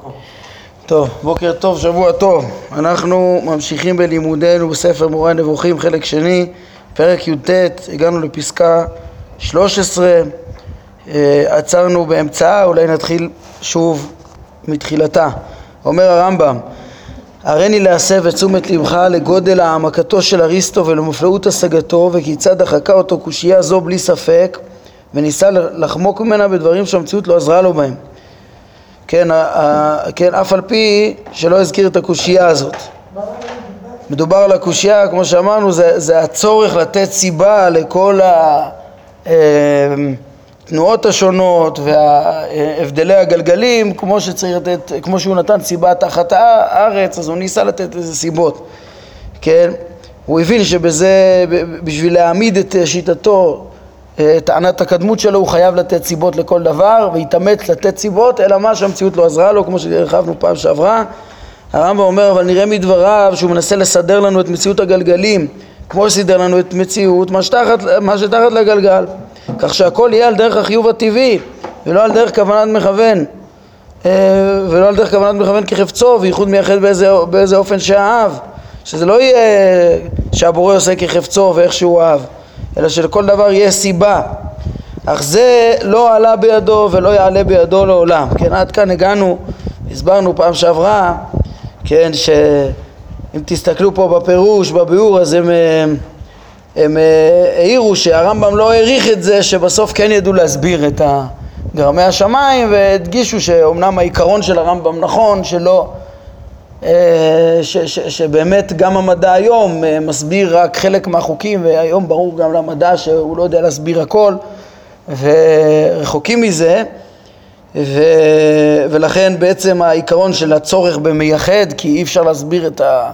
טוב, בוקר טוב, שבוע טוב. אנחנו ממשיכים בלימודנו בספר מורה הנבוכים, חלק שני, פרק י"ט, הגענו לפסקה 13, עצרנו באמצעה, אולי נתחיל שוב מתחילתה. אומר הרמב"ם, הריני להסב את תשומת לבך לגודל העמקתו של אריסטו ולמופלאות השגתו, וכיצד דחקה אותו קושייה זו בלי ספק, וניסה לחמוק ממנה בדברים שהמציאות לא עזרה לו בהם. כן, אף על פי שלא הזכיר את הקושייה הזאת. מדובר על הקושייה, כמו שאמרנו, זה הצורך לתת סיבה לכל התנועות השונות והבדלי הגלגלים, כמו שהוא נתן סיבה תחת הארץ, אז הוא ניסה לתת איזה סיבות. כן, הוא הבין שבזה, בשביל להעמיד את שיטתו, טענת הקדמות שלו, הוא חייב לתת סיבות לכל דבר, והתאמץ לתת סיבות, אלא מה שהמציאות לא עזרה לו, כמו שהרחבנו פעם שעברה. הרמב"ם אומר, אבל נראה מדבריו שהוא מנסה לסדר לנו את מציאות הגלגלים, כמו שסידר לנו את מציאות מה שתחת לגלגל, כך שהכל יהיה על דרך החיוב הטבעי, ולא על דרך כוונת מכוון, כחפצו, וייחוד מייחד באיזה אופן שאהב, שזה לא יהיה שהבורא עושה כחפצו ואיך שהוא אהב, אלא שלכל דבר יהיה סיבה. אך זה לא עלה בידו ולא יעלה בידו לעולם. כן, עד כאן הגענו, הסברנו פעם שעברה, כן, שאם תסתכלו פה בפירוש, בביאור, אז הם העירו שהרמב"ם לא העריך את זה, שבסוף כן ידעו להסביר את גרמי השמיים, והדגישו שאומנם העיקרון של הרמב"ם נכון, שלא שבאמת גם המדע היום מסביר רק חלק מהחוקים, והיום ברור גם למדע שהוא לא יודע להסביר הכל, ורחוקים מזה, ולכן בעצם העיקרון של הצורך במייחד, כי אי אפשר להסביר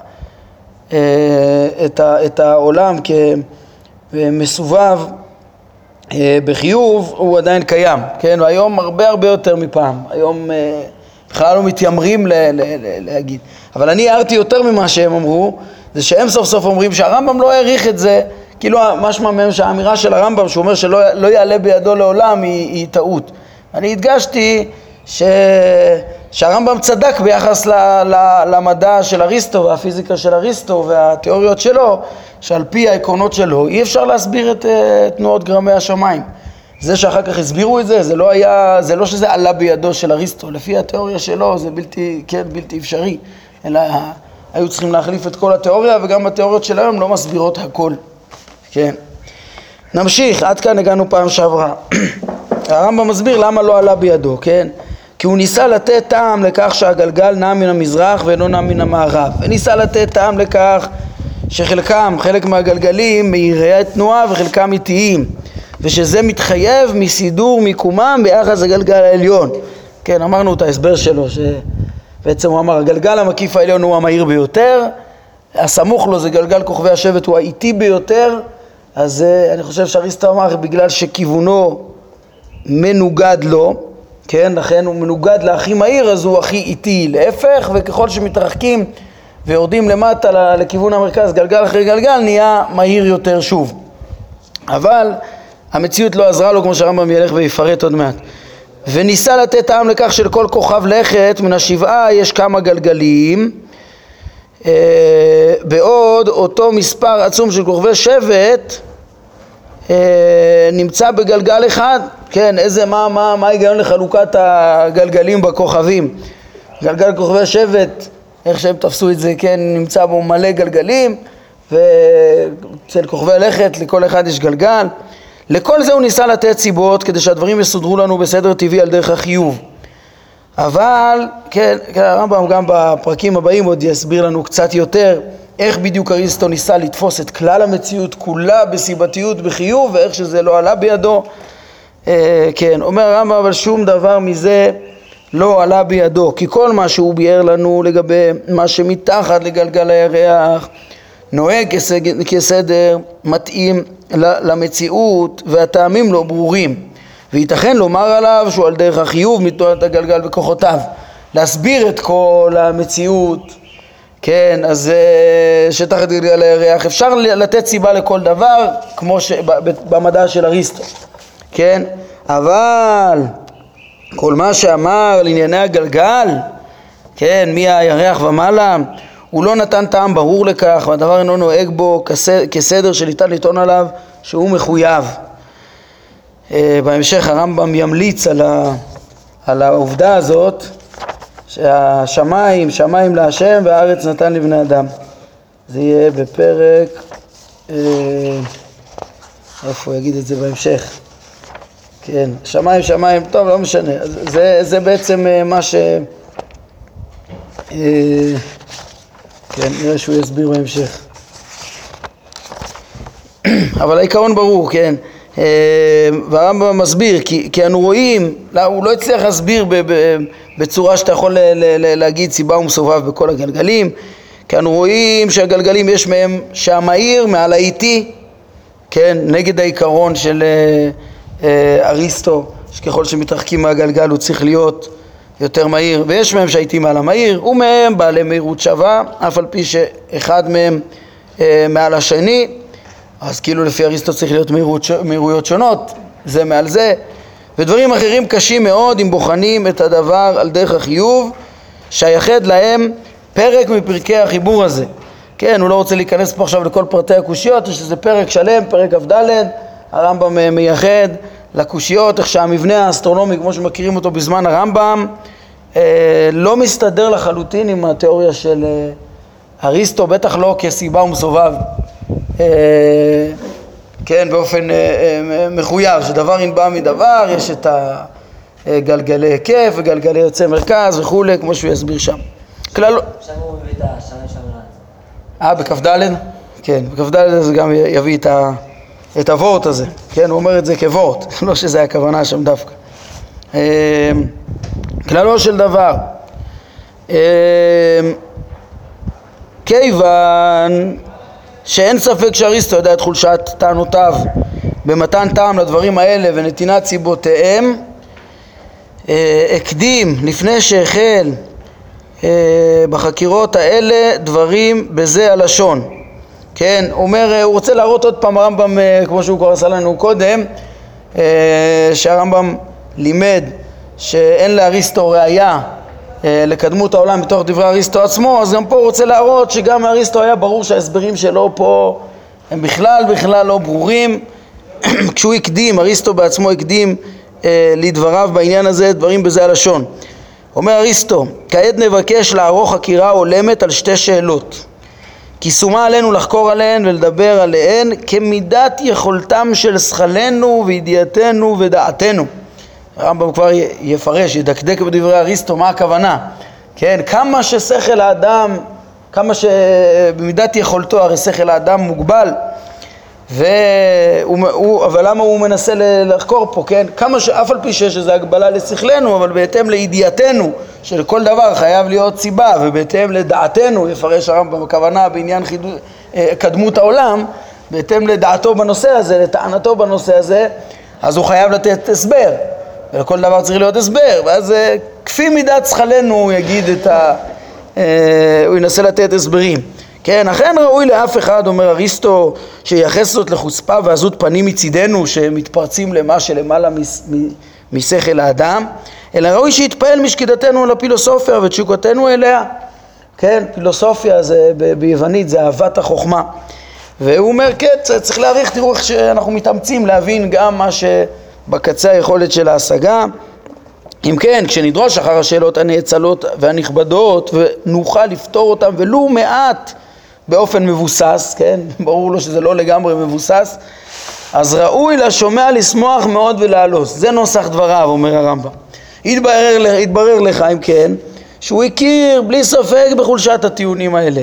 את העולם כמסובב בחיוב, הוא עדיין קיים, כן? והיום הרבה יותר מפעם, היום בכלל לא מתיימרים להגיד. אבל אני הערתי יותר ממה שהם אמרו, זה שהם סוף סוף אומרים שהרמב"ם לא העריך את זה, כאילו משמע מהם שהאמירה של הרמב"ם שהוא אומר שלא יעלה בידו לעולם היא טעות. אני הדגשתי שהרמב"ם צדק ביחס למדע של אריסטו והפיזיקה של אריסטו והתיאוריות שלו, שעל פי העקרונות שלו אי אפשר להסביר את תנועות גרמי השמיים. זה שאחר כך הסבירו את זה, זה לא שזה עלה בידו של אריסטו, לפי התיאוריה שלו זה בלתי אפשרי, אלא היו צריכים להחליף את כל התיאוריה, וגם התיאוריות של היום לא מסבירות הכל. כן. נמשיך, עד כאן הגענו פעם שעברה. הרמב"ם מסביר למה לא עלה בידו, כן? כי הוא ניסה לתת טעם לכך שהגלגל נע מן המזרח ולא נע מן המערב, וניסה לתת טעם לכך חלק מהגלגלים מהירי תנועה וחלקם איטיים, ושזה מתחייב מסידור מיקומם ביחס לגלגל העליון. כן, אמרנו את ההסבר שלו, שבעצם הוא אמר, הגלגל המקיף העליון הוא המהיר ביותר, הסמוך לו זה גלגל כוכבי השבט, הוא האיטי ביותר, אז אני חושב שאריסטו אמר, בגלל שכיוונו מנוגד לו, כן, לכן הוא מנוגד להכי מהיר, אז הוא הכי איטי, להפך, וככל שמתרחקים ויורדים למטה לכיוון המרכז, גלגל אחרי גלגל, נהיה מהיר יותר שוב. אבל המציאות לא עזרה לו, כמו שהרמב"ם ילך ויפרט עוד מעט. וניסה לתת טעם לכך שלכל כוכב לכת מן השבעה יש כמה גלגלים, בעוד אותו מספר עצום של כוכבי שבט נמצא בגלגל אחד. כן, מה ההיגיון לחלוקת הגלגלים בכוכבים? גלגל כוכבי שבט, איך שהם תפסו את זה, כן, נמצא בו מלא גלגלים, ואצל כוכבי לכת לכל אחד יש גלגל. לכל זה הוא ניסה לתת סיבות כדי שהדברים יסודרו לנו בסדר טבעי על דרך החיוב. אבל כן, הרמב"ם גם בפרקים הבאים עוד יסביר לנו קצת יותר איך בדיוק אריסטו ניסה לתפוס את כלל המציאות כולה בסיבתיות בחיוב, ואיך שזה לא עלה בידו. כן, אומר הרמב"ם, אבל שום דבר מזה לא עלה בידו, כי כל מה שהוא ביאר לנו לגבי מה שמתחת לגלגל הירח נוהג כסדר מתאים למציאות, והטעמים לא ברורים, וייתכן לומר עליו שהוא על דרך החיוב מתנועת הגלגל וכוחותיו. להסביר את כל המציאות, כן, אז שתחת גלגל הירח אפשר לתת סיבה לכל דבר, כמו במדע של אריסטו, כן, אבל כל מה שאמר לענייני הגלגל, כן, מהירח ומעלה, הוא לא נתן טעם ברור לכך, והדבר אינו נוהג בו כסדר שניתן לטעון עליו שהוא מחויב. בהמשך הרמב"ם ימליץ על העובדה הזאת שהשמיים, שמיים להשם והארץ נתן לבני אדם. זה יהיה בפרק, איפה הוא יגיד את זה בהמשך? כן, שמיים, שמיים, טוב, לא משנה. זה בעצם מה ש... כן, נראה שהוא יסביר בהמשך. אבל העיקרון ברור, כן. והרמב"ם מסביר, כי אנו רואים, הוא לא הצליח להסביר בצורה שאתה יכול להגיד סיבה ומסובב בכל הגלגלים, כי אנו רואים שהגלגלים יש מהם שהמהיר מעל האיטי, כן, נגד העיקרון של אריסטו, שככל שמתרחקים מהגלגל הוא צריך להיות יותר מהיר, ויש מהם שהאיטי מעל המהיר, ומהם בעלי מהירות שווה, אף על פי שאחד מהם מעל השני, אז כאילו לפי אריסטו צריך להיות מהירויות שונות, זה מעל זה, ודברים אחרים קשים מאוד אם בוחנים את הדבר על דרך החיוב, שייחד להם פרק מפרקי החיבור הזה. כן, הוא לא רוצה להיכנס פה עכשיו לכל פרטי הקושיות, יש איזה פרק שלם, פרק כ"ד, הרמב"ם מייחד לקושיות, איך שהמבנה האסטרונומי, כמו שמכירים אותו בזמן הרמב"ם, לא מסתדר לחלוטין עם התיאוריה של אריסטו, בטח לא כסיבה ומסובב. כן, באופן מחויב, שדבר ינבע מדבר, יש את הגלגלי היקף וגלגלי יוצא מרכז וכו', כמו שהוא יסביר שם. כלל... שם הוא מביא את השנה. בכ"ד? כן, בכ"ד זה גם יביא את הוורט הזה, כן, הוא אומר את זה כוורט, לא שזה הכוונה שם דווקא. כללו של דבר, כיוון שאין ספק שאריסטו יודע את חולשת טענותיו במתן טעם לדברים האלה ונתינת סיבותיהם, הקדים לפני שהחל בחקירות האלה דברים בזה הלשון. כן, הוא אומר, הוא רוצה להראות עוד פעם הרמב"ם, כמו שהוא כבר עשה לנו קודם, שהרמב"ם לימד שאין לאריסטו ראייה לקדמות העולם בתוך דברי אריסטו עצמו, אז גם פה הוא רוצה להראות שגם אריסטו היה ברור שההסברים שלו פה הם בכלל לא ברורים. כשהוא הקדים, אריסטו בעצמו הקדים לדבריו בעניין הזה דברים בזה הלשון. אומר אריסטו, כעת נבקש לערוך חקירה הולמת על שתי שאלות, כי שומה עלינו לחקור עליהן ולדבר עליהן כמידת יכולתם של שכלנו וידיעתנו ודעתנו. הרמב"ם כבר יפרש, ידקדק בדברי אריסטו מה הכוונה. כן, כמה ששכל האדם, כמה שבמידת יכולתו, הרי שכל האדם מוגבל, אבל למה הוא מנסה לחקור פה, כן? כמה שאף על פי שיש איזו הגבלה לשכלנו, אבל בהתאם לידיעתנו של כל דבר חייב להיות סיבה, ובהתאם לדעתנו, יפרש הרמב"ם בכוונה בעניין קדמות העולם, בהתאם לדעתו בנושא הזה, לטענתו בנושא הזה, אז הוא חייב לתת הסבר, ולכל דבר צריך להיות הסבר, ואז כפי מידת שכלנו הוא יגיד הוא ינסה לתת הסברים. כן, אכן ראוי לאף אחד, אומר אריסטו, שיחס זאת לחוצפה ועזות פנים מצידנו שמתפרצים למה שלמעלה משכל האדם, אלא ראוי שיתפעל משקידתנו לפילוסופיה ותשוקתנו אליה. כן, פילוסופיה זה ביוונית, זה אהבת החוכמה. והוא אומר, כן, צריך להעריך, תראו איך שאנחנו מתאמצים להבין גם מה שבקצה היכולת של ההשגה. אם כן, כשנדרוש אחר השאלות הנאצלות והנכבדות ונוכל לפתור אותם ולו מעט באופן מבוסס, כן, ברור לו שזה לא לגמרי מבוסס, אז ראוי לשומע לשמוח מאוד ולעלוס. זה נוסח דבריו, אומר הרמב"ם. התברר לך, אם כן, שהוא הכיר בלי ספק בחולשת הטיעונים האלה.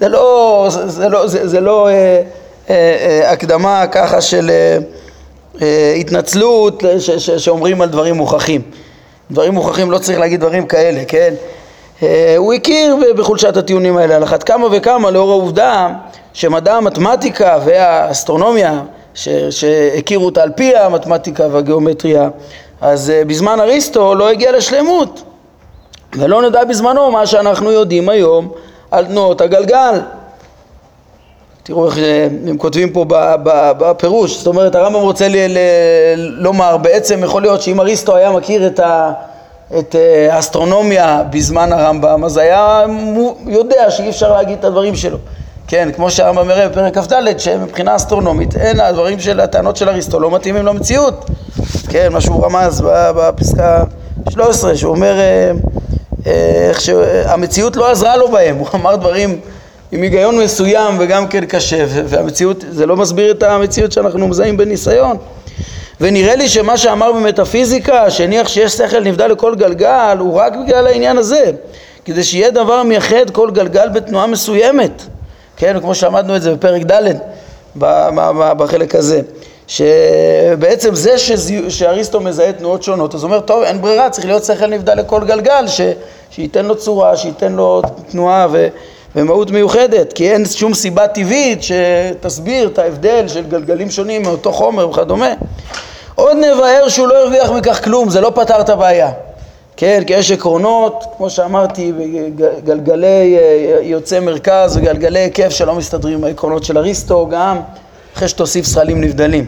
זה לא הקדמה ככה של התנצלות שאומרים על דברים מוכחים. דברים מוכחים לא צריך להגיד דברים כאלה, כן? הוא הכיר בחולשת הטיעונים האלה, על אחת כמה וכמה לאור העובדה שמדע המתמטיקה והאסטרונומיה שהכירו אותה על פי המתמטיקה והגיאומטריה, אז בזמן אריסטו לא הגיע לשלמות, ולא נדע בזמנו מה שאנחנו יודעים היום על תנועות הגלגל. תראו איך הם כותבים פה בפירוש, זאת אומרת הרמב"ם רוצה לומר, בעצם יכול להיות שאם אריסטו היה מכיר את האסטרונומיה בזמן הרמב"ם, אז היה יודע שאי אפשר להגיד את הדברים שלו. כן, כמו שהרמב"ם מראה בפרק כ"ד, שמבחינה אסטרונומית, אין הדברים של הטענות של אריסטו לא מתאימים למציאות. כן, מה שהוא רמז בפסקה 13, שהוא אומר איך שהמציאות לא עזרה לו בהם, הוא אמר דברים עם היגיון מסוים וגם כן קשה, והמציאות, זה לא מסביר את המציאות שאנחנו מזהים בניסיון. ונראה לי שמה שאמר במטאפיזיקה, שהניח שיש שכל נבדל לכל גלגל, הוא רק בגלל העניין הזה, כדי שיהיה דבר מייחד כל גלגל בתנועה מסוימת. כן, כמו שעמדנו את זה בפרק ד' בחלק הזה, שבעצם זה שאריסטו מזהה תנועות שונות, אז הוא אומר, טוב, אין ברירה, צריך להיות שכל נבדל לכל גלגל, שייתן לו צורה, שייתן לו תנועה ומהות מיוחדת, כי אין שום סיבה טבעית שתסביר את ההבדל של גלגלים שונים מאותו חומר וכדומה. עוד נבהר שהוא לא הרוויח מכך כלום, זה לא פתר את הבעיה. כן, כי יש עקרונות, כמו שאמרתי, גלגלי יוצא מרכז וגלגלי היקף שלא מסתדרים עם העקרונות של אריסטו, גם אחרי שתוסיף שכלים נבדלים.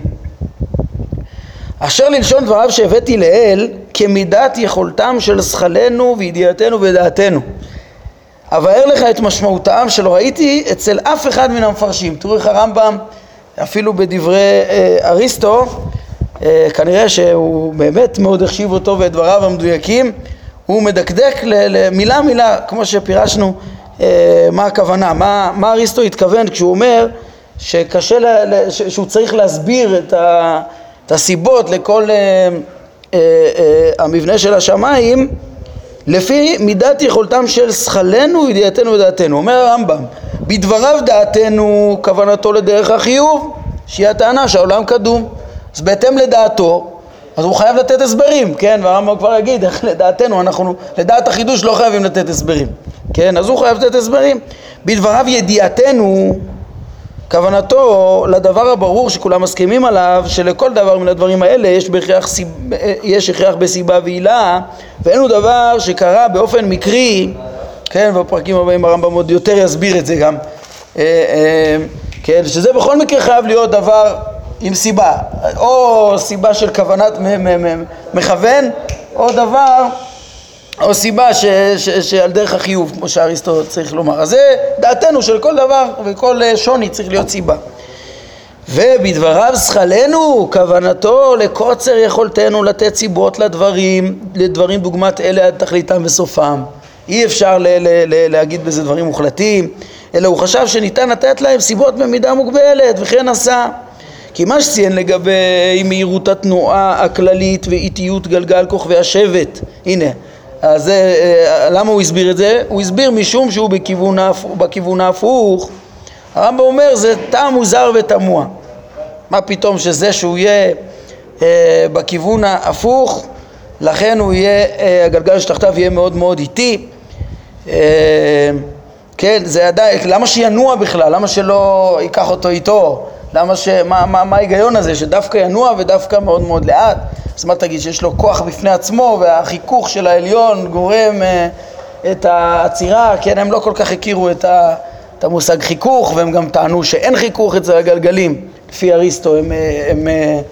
אשר ללשון דבריו שהבאתי לאל, כמידת יכולתם של שכלנו וידיעתנו ודעתנו. אבאר לך את משמעותם שלא ראיתי אצל אף אחד מן המפרשים. תראו איך הרמב"ם, אפילו בדברי אריסטו, כנראה שהוא באמת מאוד החשיב אותו ואת דבריו המדויקים, הוא מדקדק למילה מילה, כמו שפירשנו מה הכוונה, מה אריסטו התכוון כשהוא אומר שקשה, שהוא צריך להסביר את הסיבות לכל המבנה של השמיים, לפי מידת יכולתם של שכלנו, ידיעתנו ודעתנו. אומר הרמב"ם, בדבריו דעתנו, כוונתו לדרך החיוב, שהיא הטענה שהעולם קדום. אז בהתאם לדעתו, אז הוא חייב לתת הסברים, כן? והרמב"ם כבר יגיד, לדעתנו, אנחנו, לדעת החידוש לא חייבים לתת הסברים, כן? אז הוא חייב לתת הסברים. בדבריו ידיעתנו, כוונתו לדבר הברור שכולם מסכימים עליו, שלכל דבר מן הדברים האלה יש הכרח בסיבה ועילה, ואין הוא דבר שקרה באופן מקרי, כן? בפרקים הבאים הרמב"ם עוד יותר יסביר את זה גם, כן? שזה בכל מקרה חייב להיות דבר עם סיבה, או סיבה של כוונת מכוון, או דבר, או סיבה שעל דרך החיוב, כמו שאריסטו צריך לומר. אז זה דעתנו של כל דבר וכל שוני צריך להיות סיבה. ובדבריו שכלנו, כוונתו לקוצר יכולתנו לתת סיבות לדברים דוגמת אלה עד תכליתם וסופם. אי אפשר להגיד בזה דברים מוחלטים, אלא הוא חשב שניתן לתת להם סיבות במידה מוגבלת, וכן עשה. כי מה שציין לגבי מהירות התנועה הכללית ואיטיות גלגל כוכבי השבט, הנה, אז למה הוא הסביר את זה? הוא הסביר משום שהוא בכיוון ההפוך. הרמב"ם אומר זה טעם מוזר ותמוה. מה פתאום שזה שהוא יהיה בכיוון ההפוך, לכן הוא יהיה, הגלגל שתחתיו יהיה מאוד מאוד איטי. כן, זה עדיין, למה שינוע בכלל? למה שלא ייקח אותו איתו? מה ההיגיון הזה שדווקא ינוע ודווקא מאוד מאוד לאט? אז מה תגיד, שיש לו כוח בפני עצמו והחיכוך של העליון גורם את העצירה? כן, הם לא כל כך הכירו את המושג חיכוך, והם גם טענו שאין חיכוך אצל הגלגלים. לפי אריסטו הם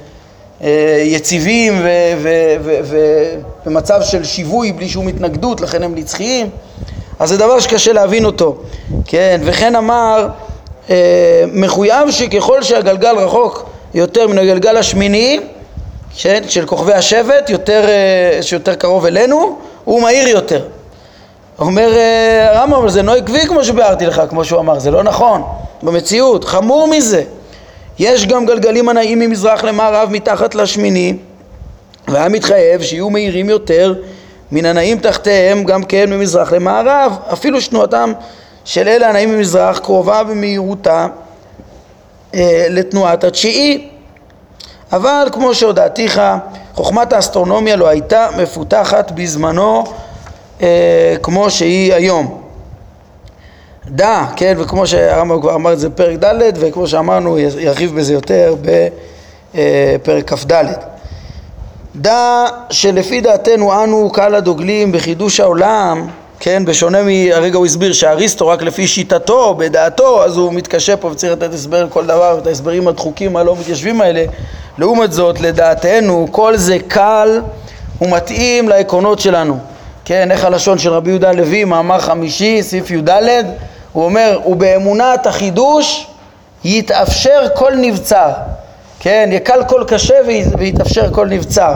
יציבים ובמצב של שיווי בלי שום התנגדות, לכן הם נצחיים. אז זה דבר שקשה להבין אותו. כן, וכן אמר, מחויב שככל שהגלגל רחוק יותר מן הגלגל השמיני של כוכבי השבט, שיותר קרוב אלינו, הוא מהיר יותר. אומר הרמב"ם, זה לא עקבי כמו שביארתי לך, כמו שהוא אמר, זה לא נכון במציאות. חמור מזה, יש גם גלגלים הנעים ממזרח למערב מתחת לשמיני, והיה מתחייב שיהיו מהירים יותר מן הנעים תחתיהם גם כן ממזרח למערב, אפילו שתנועתם של אלה הנעים ממזרח קרובה במהירותה לתנועת התשיעי. אבל כמו שהודעתיך, חוכמת האסטרונומיה לא הייתה מפותחת בזמנו כמו שהיא היום. דע, כן, וכמו שהרמב"ם כבר אמר את זה בפרק ד', וכמו שאמרנו ירחיב בזה יותר בפרק כ"ד. דע שלפי דעתנו אנו קהל הדוגלים בחידוש העולם, כן, בשונה מהרגע הוא הסביר שאריסטו רק לפי שיטתו, בדעתו, אז הוא מתקשה פה וצריך לתת הסבר כל דבר, את ההסברים הדחוקים הלא מתיישבים האלה. לעומת זאת, לדעתנו, כל זה קל הוא מתאים לעקרונות שלנו. כן, איך הלשון של רבי יהודה הלוי, מאמר חמישי, סעיף י"ד, הוא אומר, ובאמונת החידוש יתאפשר כל נבצר. כן, יקל כל קשה ויתאפשר כל נבצר.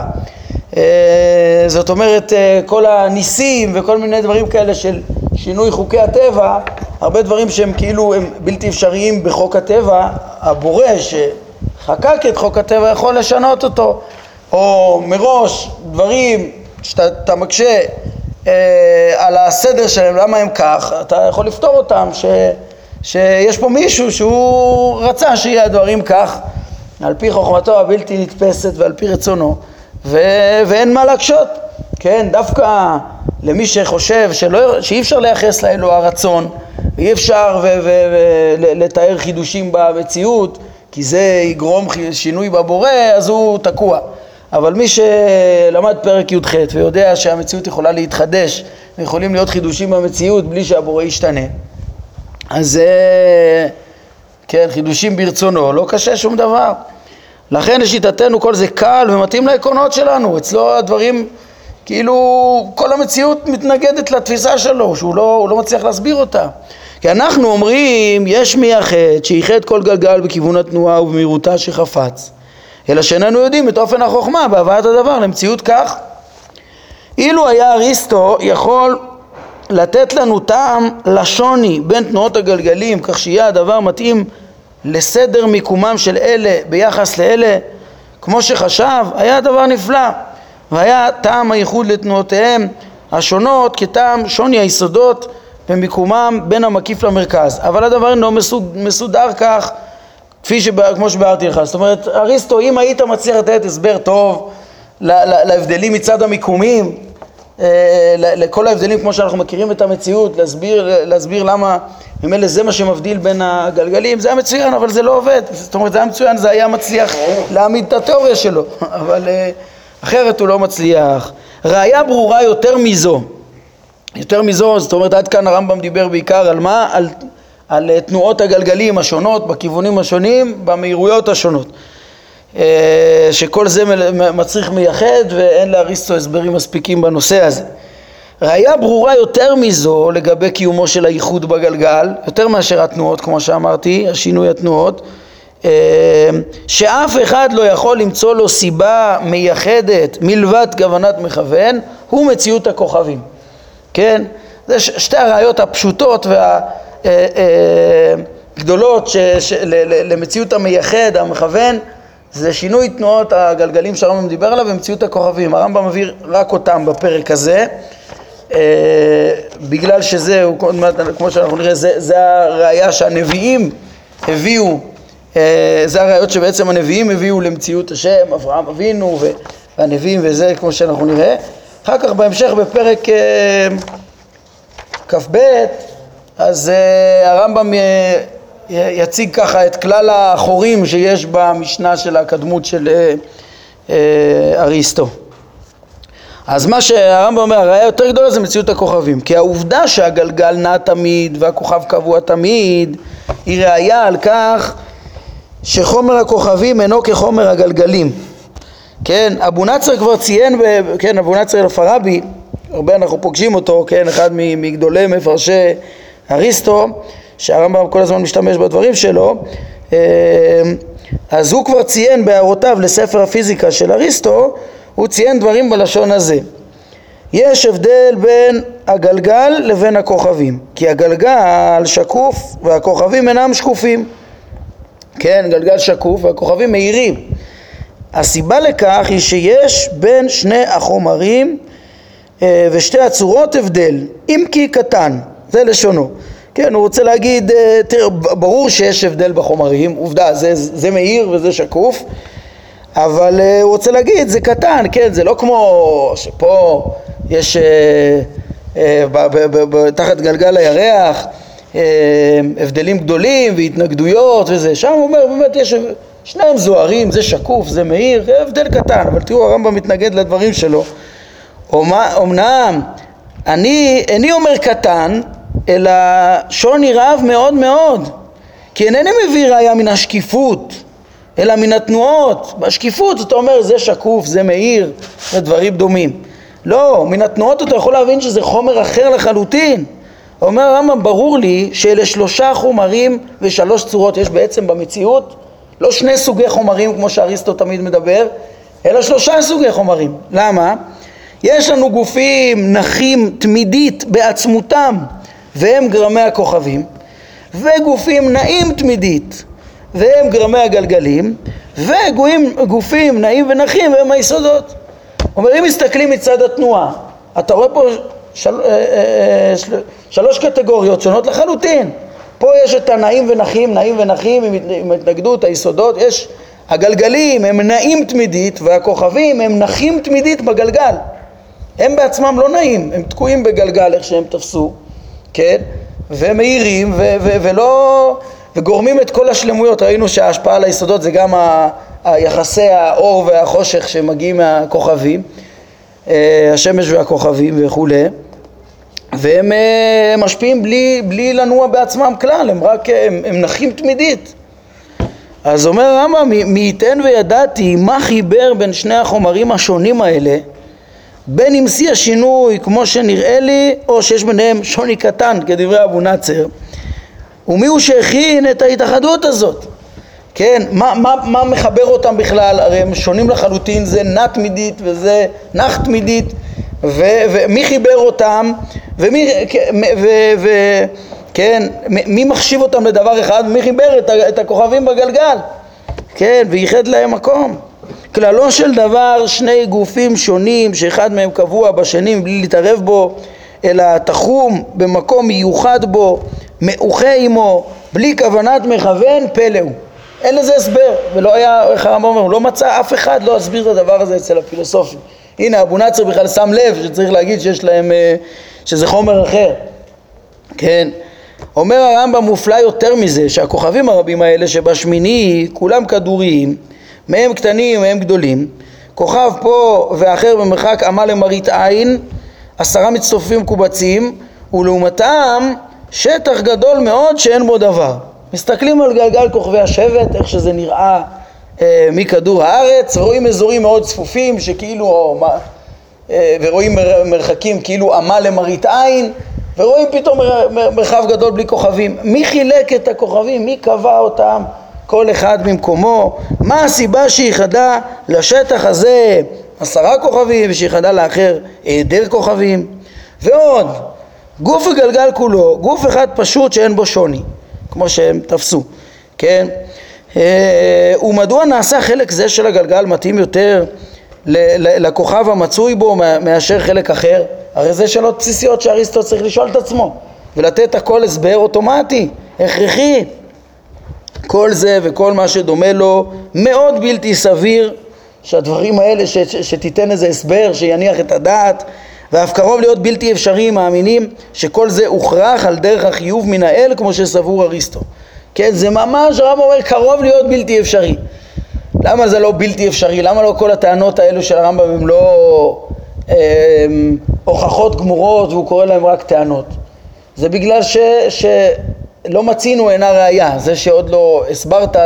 זאת אומרת, כל הניסים וכל מיני דברים כאלה של שינוי חוקי הטבע, הרבה דברים שהם כאילו הם בלתי אפשריים בחוק הטבע, הבורא שחקק את חוק הטבע יכול לשנות אותו, או מראש דברים שאתה מקשה על הסדר שלהם, למה הם כך, אתה יכול לפתור אותם, שיש פה מישהו שהוא רצה שיהיה הדברים כך, על פי חוכמתו הבלתי נתפסת ועל פי רצונו, ואין מה להקשות. כן, דווקא למי שחושב שאי אפשר לייחס לאלו הרצון, ואי אפשר לתאר חידושים במציאות, כי זה יגרום שינוי בבורא, אז הוא תקוע. אבל מי שלמד פרק י"ח ויודע שהמציאות יכולה להתחדש, ויכולים להיות חידושים במציאות בלי שהבורא ישתנה, אז כן, חידושים ברצונו, לא קשה שום דבר. לכן לשיטתנו כל זה קל ומתאים לעקרונות שלנו. אצלו הדברים, כאילו כל המציאות מתנגדת לתפיסה שלו, שהוא לא מצליח להסביר אותה. כי אנחנו אומרים, יש מייחד שייחד כל גלגל בכיוון התנועה ובמהירותה שחפץ. אלא שאיננו יודעים את אופן החוכמה בהבאת הדבר למציאות כך. אילו היה אריסטו יכול לתת לנו טעם לשוני בין תנועות הגלגלים, כך שיהיה הדבר מתאים לסדר מיקומם של אלה ביחס לאלה, כמו שחשב, היה דבר נפלא, והיה טעם הייחוד לתנועותיהם השונות כטעם שוני היסודות במיקומם בין המקיף למרכז. אבל הדבר אינו מסודר כך, כמו שבארתי לך. זאת אומרת, אריסטו, אם היית מצליח לתת הסבר טוב להבדלים מצד המיקומים, לכל ההבדלים כמו שאנחנו מכירים את המציאות, להסביר למה ממילא זה מה שמבדיל בין הגלגלים, זה היה מצוין, אבל זה לא עובד. זאת אומרת, זה היה מצוין, זה היה מצליח להעמיד את התיאוריה שלו, אבל אחרת הוא לא מצליח. ראיה ברורה יותר מזו, זאת אומרת, עד כאן הרמב"ם דיבר בעיקר על מה? על תנועות הגלגלים השונות, בכיוונים השונים, במהירויות השונות. שכל זה מצריך מייחד, ואין לאריסטו הסברים מספיקים בנושא הזה. ראיה ברורה יותר מזו לגבי קיומו של הייחוד בגלגל, יותר מאשר התנועות, כמו שאמרתי, השינוי התנועות, שאף אחד לא יכול למצוא לו סיבה מייחדת מלבד כוונת מכוון, הוא מציאות הכוכבים. כן? זה שתי הראיות הפשוטות והגדולות למציאות המייחד, המכוון, זה שינוי תנועות הגלגלים שהרמב"ם דיבר עליו ומציאות הכוכבים. הרמב"ם מביא רק אותם בפרק הזה, בגלל שזה, כמו שאנחנו נראה, זה הראיה שהנביאים הביאו, זה הראיות שבעצם הנביאים הביאו למציאות השם, אברהם אבינו והנביאים וזה, כמו שאנחנו נראה. אחר כך בהמשך בפרק כ"ב, אז הרמב"ם יציג ככה את כלל החורים שיש במשנה של הקדמות של אריסטו. אז מה שהרמב"ם אומר, הראיה יותר גדולה זה מציאות הכוכבים, כי העובדה שהגלגל נע תמיד והכוכב קבוע תמיד היא ראיה על כך שחומר הכוכבים אינו כחומר הגלגלים. כן, אבו נצר כבר ציין, כן, אבו נצר אל-פראבי, הרבה אנחנו פוגשים אותו, כן, אחד מגדולי מפרשי אריסטו, שהרמב"ם כל הזמן משתמש בדברים שלו, אז הוא כבר ציין בהערותיו לספר הפיזיקה של אריסטו, הוא ציין דברים בלשון הזה. יש הבדל בין הגלגל לבין הכוכבים, כי הגלגל שקוף והכוכבים אינם שקופים. כן, גלגל שקוף והכוכבים מהירים. הסיבה לכך היא שיש בין שני החומרים ושתי הצורות הבדל, אם כי קטן, זה לשונו. כן, הוא רוצה להגיד, תראה, ברור שיש הבדל בחומרים, עובדה, זה מהיר וזה שקוף, אבל הוא רוצה להגיד, זה קטן, כן, זה לא כמו שפה יש תחת גלגל הירח הבדלים גדולים והתנגדויות וזה, שם הוא אומר, באמת יש שניהם זוהרים, זה שקוף, זה מהיר, הבדל קטן, אבל תראו, הרמב"ם מתנגד לדברים שלו. אמנם, איני אומר קטן, אלא שוני רב מאוד מאוד, כי אינני מביא ראיה מן השקיפות אלא מן התנועות. בשקיפות אתה אומר זה שקוף, זה מאיר, זה דברים דומים. לא, מן התנועות אתה יכול להבין שזה חומר אחר לחלוטין. אומר הרמב"ם, ברור לי שאלה 3 חומרים ו3 צורות יש בעצם במציאות, לא 2 סוגי חומרים כמו שאריסטו תמיד מדבר, אלא 3 סוגי חומרים. למה? יש לנו גופים נחים תמידית בעצמותם והם גרמי הכוכבים, וגופים נעים תמידית והם גרמי הגלגלים, וגופים נעים ונחים והם היסודות. אומר, אם מסתכלים מצד התנועה, אתה רואה פה 3 קטגוריות שונות לחלוטין. פה יש את הנעים ונחים, נעים ונחים עם התנגדות, היסודות. יש הגלגלים, הם נעים תמידית, והכוכבים הם נחים תמידית בגלגל. הם בעצמם לא נעים, הם תקועים בגלגל איך שהם תפסו, כן? והם מהירים וגורמים את כל השלמויות. ראינו שההשפעה על היסודות זה גם היחסי האור והחושך שמגיעים מהכוכבים, השמש והכוכבים וכו', והם משפיעים בלי לנוע בעצמם כלל, הם נחים תמידית. אז אומר הרמב"ם, מי ייתן וידעתי מה חיבר בין 2 החומרים השונים האלה, בין אם שיא השינוי כמו שנראה לי, או שיש ביניהם שוני קטן כדברי אבו נצר, ומי הוא שהכין את ההתאחדות הזאת? כן, מה מחבר אותם בכלל? הרי הם שונים לחלוטין, זה נע תמידית וזה נח תמידית, ומי חיבר אותם, מי מחשיב אותם לדבר אחד, ומי חיבר את הכוכבים בגלגל, כן, וייחד להם מקום. כללו של דבר 2 גופים שונים שאחד מהם קבוע בשני בלי להתערב בו, אלא תחום במקום מיוחד בו, מאוחה עמו, בלי כוונת מכוון, פלא הוא. אין לזה הסבר, ולא היה, איך הרמב"ם אומר, הוא לא מצא אף אחד לא הסביר את הדבר הזה אצל הפילוסופים. הנה, אבו נצר בכלל שם לב שצריך להגיד שיש להם, שזה חומר אחר. כן. אומר הרמב"ם, מופלא יותר מזה, שהכוכבים הרבים האלה שבשמיני כולם כדוריים, מהם קטנים מהם גדולים, כוכב פה ואחר במרחק אמה למראית עין, 10 מצטופפים מקובצים, ולעומתם שטח גדול מאוד שאין בו דבר. מסתכלים על גלגל כוכבי השבט, איך שזה נראה מכדור הארץ, רואים אזורים מאוד צפופים שכאילו, ורואים מרחקים כאילו אמה למראית עין, ורואים פתאום מרחב גדול בלי כוכבים. מי חילק את הכוכבים? מי קבע אותם? כל אחד במקומו. מה הסיבה שיחדה לשטח הזה 10 כוכבים ושיחדה לאחר היעדר כוכבים? ועוד, גוף הגלגל כולו, גוף אחד פשוט שאין בו שוני, כמו שהם תפסו, כן? ומדוע נעשה חלק זה של הגלגל מתאים יותר לכוכב המצוי בו מאשר חלק אחר? הרי זה שאלות בסיסיות שאריסטו צריך לשאול את עצמו ולתת הכל הסבר אוטומטי, הכרחי. כל זה וכל מה שדומה לו מאוד בלתי סביר שהדברים האלה שתיתן איזה הסבר שיניח את הדעת, ואף קרוב להיות בלתי אפשרי. מאמינים שכל זה הוכרח על דרך החיוב מן האל כמו שסבור אריסטו. כן, זה ממש הרמב"ם אומר קרוב להיות בלתי אפשרי. למה זה לא בלתי אפשרי? למה לא כל הטענות האלו של הרמב"ם הם לא הוכחות גמורות והוא קורא להם רק טענות? זה בגלל שלא מצינו אינה ראיה. זה שעוד לא הסברת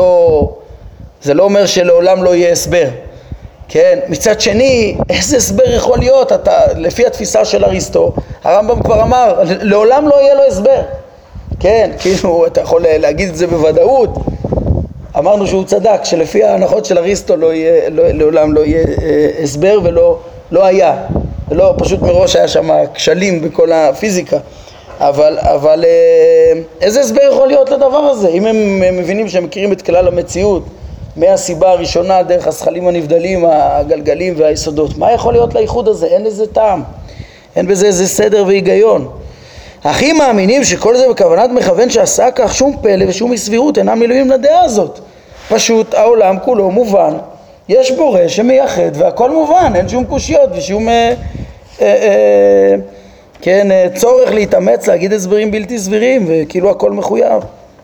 זה לא אומר שלעולם לא יהיה הסבר. כן, מצד שני, איזה הסבר יכול להיות? לפי התפיסה של אריסטו, הרמב"ם כבר אמר, לעולם לא יהיה לו הסבר. כן, כאילו אתה יכול להגיד את זה בוודאות. אמרנו שהוא צדק, שלפי ההנחות של אריסטו לעולם לא יהיה הסבר ולא היה. לא, פשוט מראש היה שם כשלים בכל הפיזיקה. אבל איזה הסבר יכול להיות לדבר הזה? אם הם מבינים שהם מכירים את כלל המציאות, מהסיבה הראשונה דרך הזכלים הנבדלים, הגלגלים והיסודות, מה יכול להיות לאיחוד הזה? אין לזה טעם, אין בזה איזה סדר והיגיון. הכי מאמינים שכל זה בכוונת מכוון שעשה כך, שום פלא ושום סבירות אינם מילואים לדעה הזאת. פשוט העולם כולו מובן, יש בורא שמייחד והכל מובן, אין שום קושיות ושום צורך להתאמץ להגיד הסברים בלתי סבירים וכאילו הכל מחויב.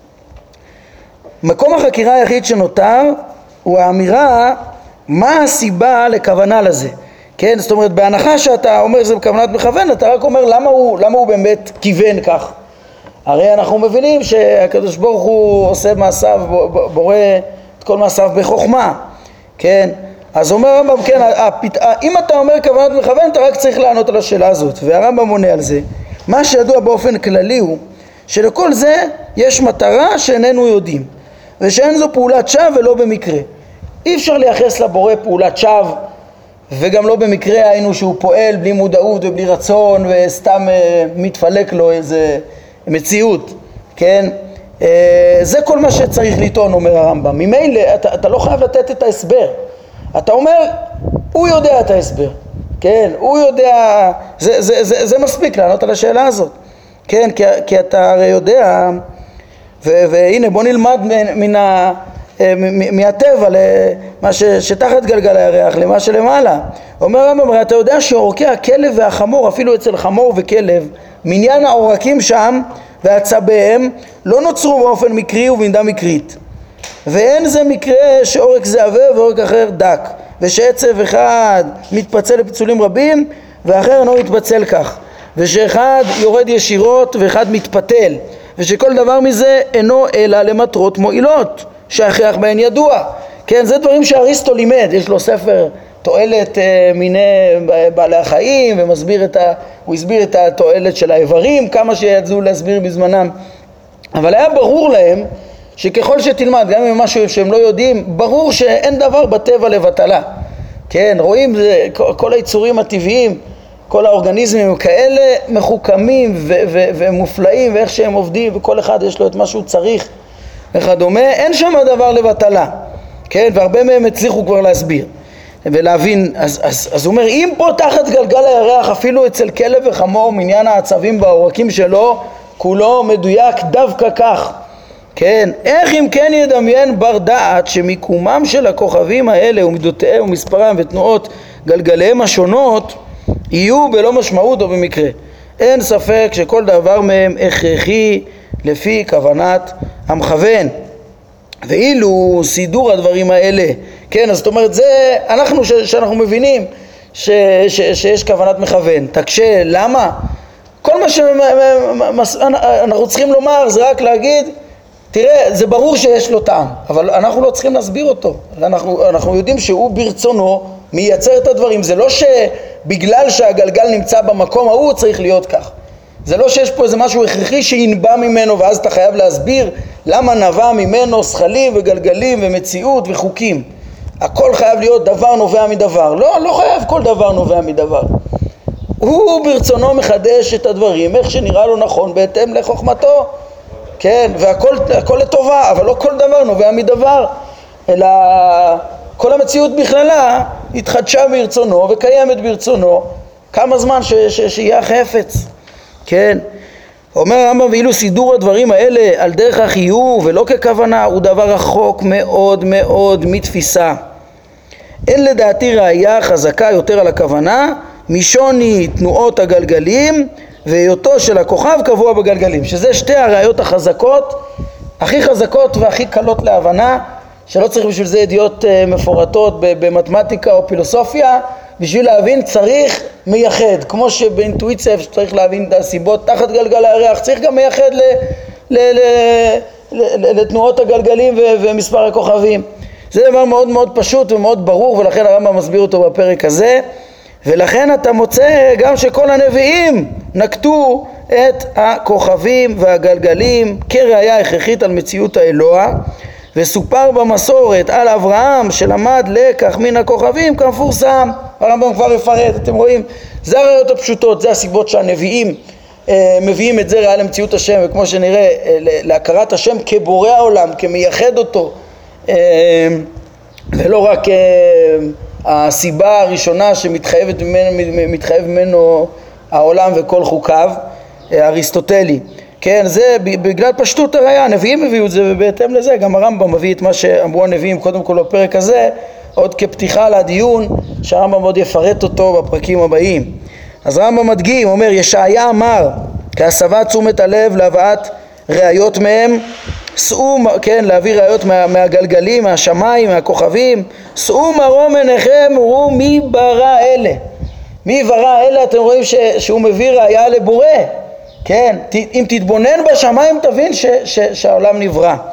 מקום החקירה היחיד שנותר הוא האמירה מה הסיבה לכוונה לזה. כן, זאת אומרת, בהנחה שאתה אומר שזה בכוונת מכוון, אתה רק אומר למה הוא באמת כיוון כך. הרי אנחנו מבינים שהקדוש ברוך הוא עושה מעשיו, בורא את כל מעשיו בחוכמה, כן? אז אומר הרמב"ם, כן, אם אתה אומר כוונת מכוון, אתה רק צריך לענות על השאלה הזאת, והרמב"ם עונה על זה. מה שידוע באופן כללי הוא שלכל זה יש מטרה שאיננו יודעים, ושאין זו פעולת שווא ולא במקרה. אי אפשר לייחס לבורא פעולת שווא, וגם לא במקרה היינו שהוא פועל בלי מודעות ובלי רצון וסתם מתפלק לו איזה מציאות, כן? זה כל מה שצריך לטעון, אומר הרמב"ם. ממילא אתה לא חייב לתת את ההסבר. אתה אומר, הוא יודע את ההסבר, כן? הוא יודע, זה מספיק לענות על השאלה הזאת, כן? כי אתה הרי יודע, והנה בוא נלמד מהטבע למה שתחת גלגל הירח למה שלמעלה. אומר הרמב"ם, אתה יודע שעורקי הכלב והחמור, אפילו אצל חמור וכלב, מניין העורקים שם ועצביהם לא נוצרו באופן מקרי ובמידה מקרית, ואין זה מקרה שעורק זה עבה ועורק אחר דק, ושעצב אחד מתפצל לפיצולים רבים ואחר אינו מתפצל כך, ושאחד יורד ישירות ואחד מתפתל, ושכל דבר מזה אינו אלא למטרות מועילות שההכרח בהן ידוע. כן, זה דברים שאריסטו לימד, יש לו ספר תועלת מיני בעלי החיים, הוא הסביר את התועלת של האיברים, כמה שידעו להסביר בזמנם. אבל היה ברור להם שככל שתלמד, גם אם משהו שהם לא יודעים, ברור שאין דבר בטבע לבטלה. כן, רואים, כל היצורים הטבעיים, כל האורגניזמים הם כאלה מחוכמים ומופלאים, ואיך שהם עובדים, וכל אחד יש לו את מה שהוא צריך וכדומה, אין שם דבר לבטלה. כן, והרבה מהם הצליחו כבר להסביר ולהבין. אז הוא אומר, אם פה תחת גלגל הירח, אפילו אצל כלב וחמור, מניין העצבים בעורקים שלו, כולו מדויק דווקא כך. כן, איך אם כן ידמיין בר דעת שמיקומם של הכוכבים האלה ומידותיהם ומספרם ותנועות גלגליהם השונות יהיו בלא משמעות או במקרה. אין ספק שכל דבר מהם הכרחי לפי כוונת המכוון. ואילו סידור הדברים האלה, כן, אז זאת אומרת, זה שאנחנו מבינים שיש כוונת מכוון. תקשה, למה? כל מה שאנחנו צריכים לומר זה רק להגיד, תראה, זה ברור שיש לו טעם, אבל אנחנו לא צריכים להסביר אותו. אנחנו יודעים שהוא ברצונו מייצר את הדברים. זה לא שבגלל שהגלגל נמצא במקום ההוא צריך להיות כך. זה לא שיש פה איזה משהו הכרחי שינבע ממנו, ואז אתה חייב להסביר למה נבע ממנו שכלים וגלגלים ומציאות וחוקים. הכל חייב להיות דבר נובע מדבר. לא חייב כל דבר נובע מדבר. הוא ברצונו מחדש את הדברים איך שנראה לו נכון בהתאם לחוכמתו. כן, והכל לטובה, אבל לא כל דבר נובע מדבר, אלא כל המציאות בכללה התחדשה ברצונו וקיימת ברצונו כמה זמן שיהיה החפץ. כן, אומר הרמב"ם, ואילו סידור הדברים האלה על דרך החיוב ולא ככוונה הוא דבר רחוק מאוד מאוד מתפיסה. אין לדעתי ראייה חזקה יותר על הכוונה משוני תנועות הגלגלים והיותו של הכוכב קבוע בגלגלים, שזה שתי הראיות החזקות, הכי חזקות והכי קלות להבנה, שלא צריך בשביל זה ידיעות מפורטות במתמטיקה או פילוסופיה. בשביל להבין צריך מייחד, כמו שבאינטואיציה צריך להבין את הסיבות תחת גלגל הירח, צריך גם מייחד לתנועות הגלגלים ומספר הכוכבים. זה דבר מאוד מאוד פשוט ומאוד ברור, ולכן הרמב"ם מסביר אותו בפרק הזה. ולכן אתה מוצא גם שכל הנביאים נקטו את הכוכבים והגלגלים כראיה הכרחית על מציאות האלוה, וסופר במסורת על אברהם שלמד לקח מן הכוכבים כמפורסם. הרמב"ם כבר יפרט, אתם רואים, זה הראיות הפשוטות, זה הסיבות שהנביאים מביאים את זה ראיה למציאות השם, וכמו שנראה להכרת השם כבורא העולם, כמייחד אותו, ולא רק הסיבה הראשונה שמתחייב ממנו העולם וכל חוקיו, אריסטוטלי. כן, זה בגלל פשטות הראיה, הנביאים הביאו את זה, ובהתאם לזה גם הרמב"ם מביא את מה שאמרו הנביאים קודם כל בפרק הזה, עוד כפתיחה לדיון שהרמב"ם עוד יפרט אותו בפרקים הבאים. אז הרמב"ם מדגים, אומר, ישעיה אמר כהסבת תשומת הלב להבאת ראיות מהם, שאו, כן, להביא ראיות מהגלגלים, מהשמיים, מהכוכבים, שאו מרום עיניכם וראו מי ברא אלה. מי ברא אלה, אתם רואים שהוא מביא ראיה לבורא. כן, אם תתבונן בשמיים תבין שהעולם נברא.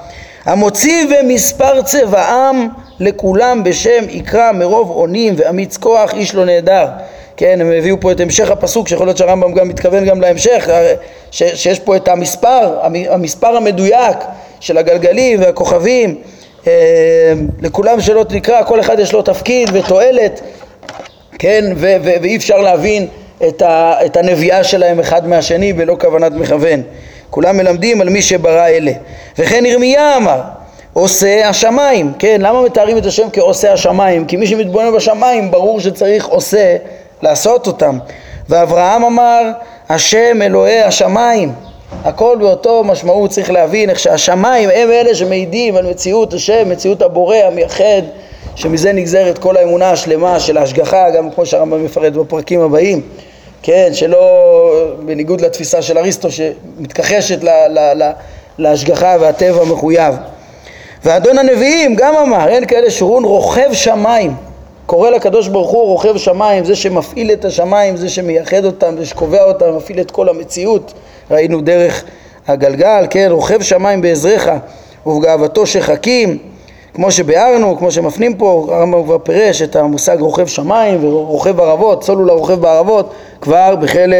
המוציא במספר צבעם לכולם בשם יקרא מרוב עונים ואמיץ כוח איש לא נהדר. כן, הם הביאו פה את המשך הפסוק, שיכול להיות שהרמב"ם גם מתכוון גם להמשך, שיש פה את המספר המדויק של הגלגלים והכוכבים, לכולם שלא תקרא, כל אחד יש לו תפקיד ותועלת, כן, ואי אפשר להבין את הנביאה שלהם אחד מהשני בלא כוונת מכוון. כולם מלמדים על מי שברא אלה. וכן ירמיה אמר, עושה השמיים. כן, למה מתארים את השם כעושה השמיים? כי מי שמתבונן בשמיים ברור שצריך עושה לעשות אותם. ואברהם אמר, השם אלוהי השמיים. הכל באותו משמעות צריך להבין איך שהשמיים הם אלה שמעידים על מציאות השם, מציאות הבורא המייחד, שמזה נגזרת כל האמונה השלמה של ההשגחה, גם כמו שהרמב"ם מפרט בפרקים הבאים. כן, שלא בניגוד לתפיסה של אריסטו שמתכחשת להשגחה והטבע מחויב. ואדון הנביאים גם אמר, אין כאלה שרון רוכב שמיים, קורא לקדוש ברוך הוא רוכב שמיים, זה שמפעיל את השמיים, זה שמייחד אותם, זה שקובע אותם, מפעיל את כל המציאות, ראינו דרך הגלגל, כן, רוכב שמיים בעזרך ובגאוותו שחקים, כמו שביארנו, כמו שמפנים פה, הרמב"ם כבר פירש את המושג רוכב שמיים ורוכב ערבות, סולולה רוכב בערבות, כבר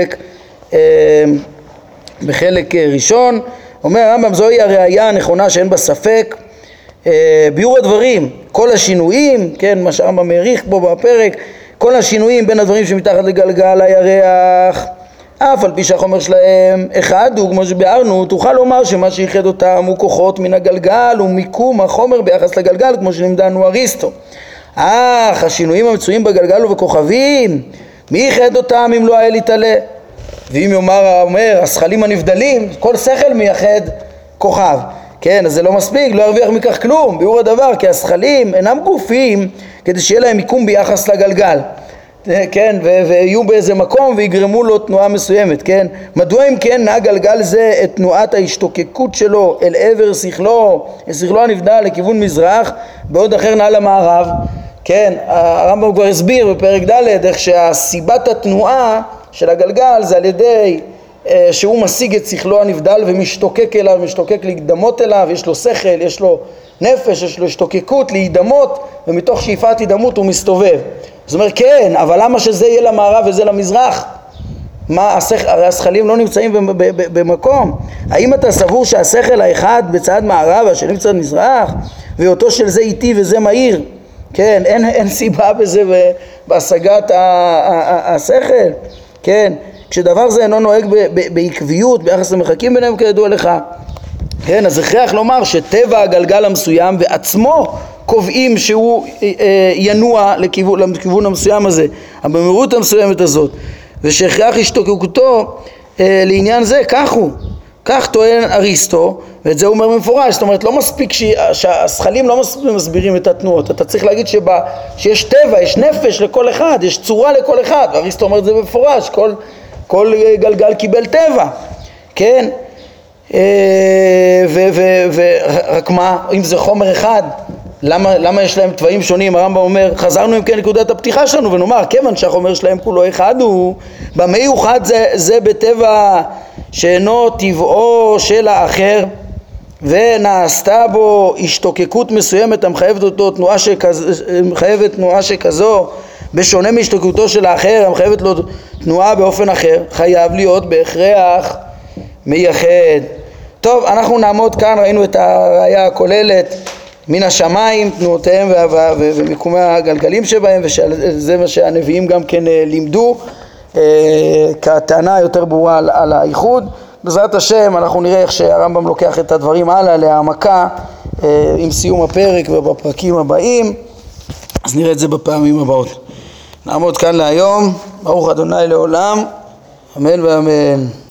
בחלק ראשון. אומר הרמב"ם, זוהי הראייה הנכונה שאין בה ספק. ביאור הדברים, כל השינויים, כן, מה שהרמב"ם מעריך פה בפרק, כל השינויים בין הדברים שמתחת לגלגל הירח, אף על פי שהחומר שלהם אחד הוא, כמו שביארנו, תוכל לומר שמה שיחד אותם הוא כוחות מן הגלגל ומיקום החומר ביחס לגלגל, כמו שלימדנו אריסטו. אך השינויים המצויים בגלגל ובכוכבים, מי יחד אותם אם לא היה להתעלה? ואם אומר השכלים הנבדלים, כל שכל מייחד כוכב. כן, אז זה לא מספיק, לא ירוויח מכך כלום, ביאור הדבר, כי השכלים אינם גופים כדי שיהיה להם מיקום ביחס לגלגל. כן, ויהיו באיזה מקום ויגרמו לו תנועה מסוימת, כן? מדוע אם כן נהג גלגל זה את תנועת ההשתוקקות שלו אל עבר שכלו הנבדל לכיוון מזרח, בעוד אחר נע למערב? כן, הרמב"ם כבר הסביר בפרק ד' איך שהסיבת התנועה של הגלגל זה על ידי שהוא משיג את שכלו הנבדל ומשתוקק אליו, משתוקק להידמות אליו, יש לו שכל, יש לו נפש, יש לו השתוקקות להידמות, ומתוך שאיפת הידמות הוא מסתובב. זאת אומרת, כן, אבל למה שזה יהיה למערב וזה למזרח? הרי השכלים לא נמצאים במקום. האם אתה סבור שהשכל האחד בצד מערב והשני בצד מזרח, ואותו של זה איטי וזה מהיר? כן, אין סיבה בזה בהשגת השכל. כן, כשדבר זה אינו נוהג בעקביות ביחס למרחקים ביניהם כידוע לך. כן, אז הכרח לומר שטבע הגלגל המסוים ועצמו קובעים שהוא ינוע לכיוון המסוים הזה, במהירות המסוימת הזאת, ושהכרח השתוקקותו לעניין זה, כך טוען אריסטו, ואת זה הוא אומר במפורש. זאת אומרת, לא מספיק שהשכלים לא מסבירים את התנועות, אתה צריך להגיד שיש טבע, יש נפש לכל אחד, יש צורה לכל אחד, ואריסטו אומר את זה במפורש, כל גלגל קיבל טבע, כן? ורק מה, אם זה חומר אחד, למה יש להם טבעים שונים? הרמב"ם אומר, חזרנו עם כן נקודת הפתיחה שלנו ונאמר, כיוון שהחומר שלהם כולו אחד הוא, במה יוחד זה בטבע שאינו טבעו של האחר, ונעשתה בו השתוקקות מסוימת המחייבת תנועה שכזו, בשונה מהשתוקקותו של האחר המחייבת לו תנועה באופן אחר, חייב להיות בהכרח מייחד. טוב, אנחנו נעמוד כאן, ראינו את הראייה הכוללת מן השמיים, תנועותיהם ומיקומי הגלגלים שבהם, וזה מה שהנביאים גם כן לימדו כטענה יותר ברורה על הייחוד. בעזרת השם אנחנו נראה איך שהרמב"ם לוקח את הדברים הלאה להעמקה עם סיום הפרק ובפרקים הבאים, אז נראה את זה בפעמים הבאות. נעמוד כאן להיום, ברוך ה' לעולם, אמן ואמן.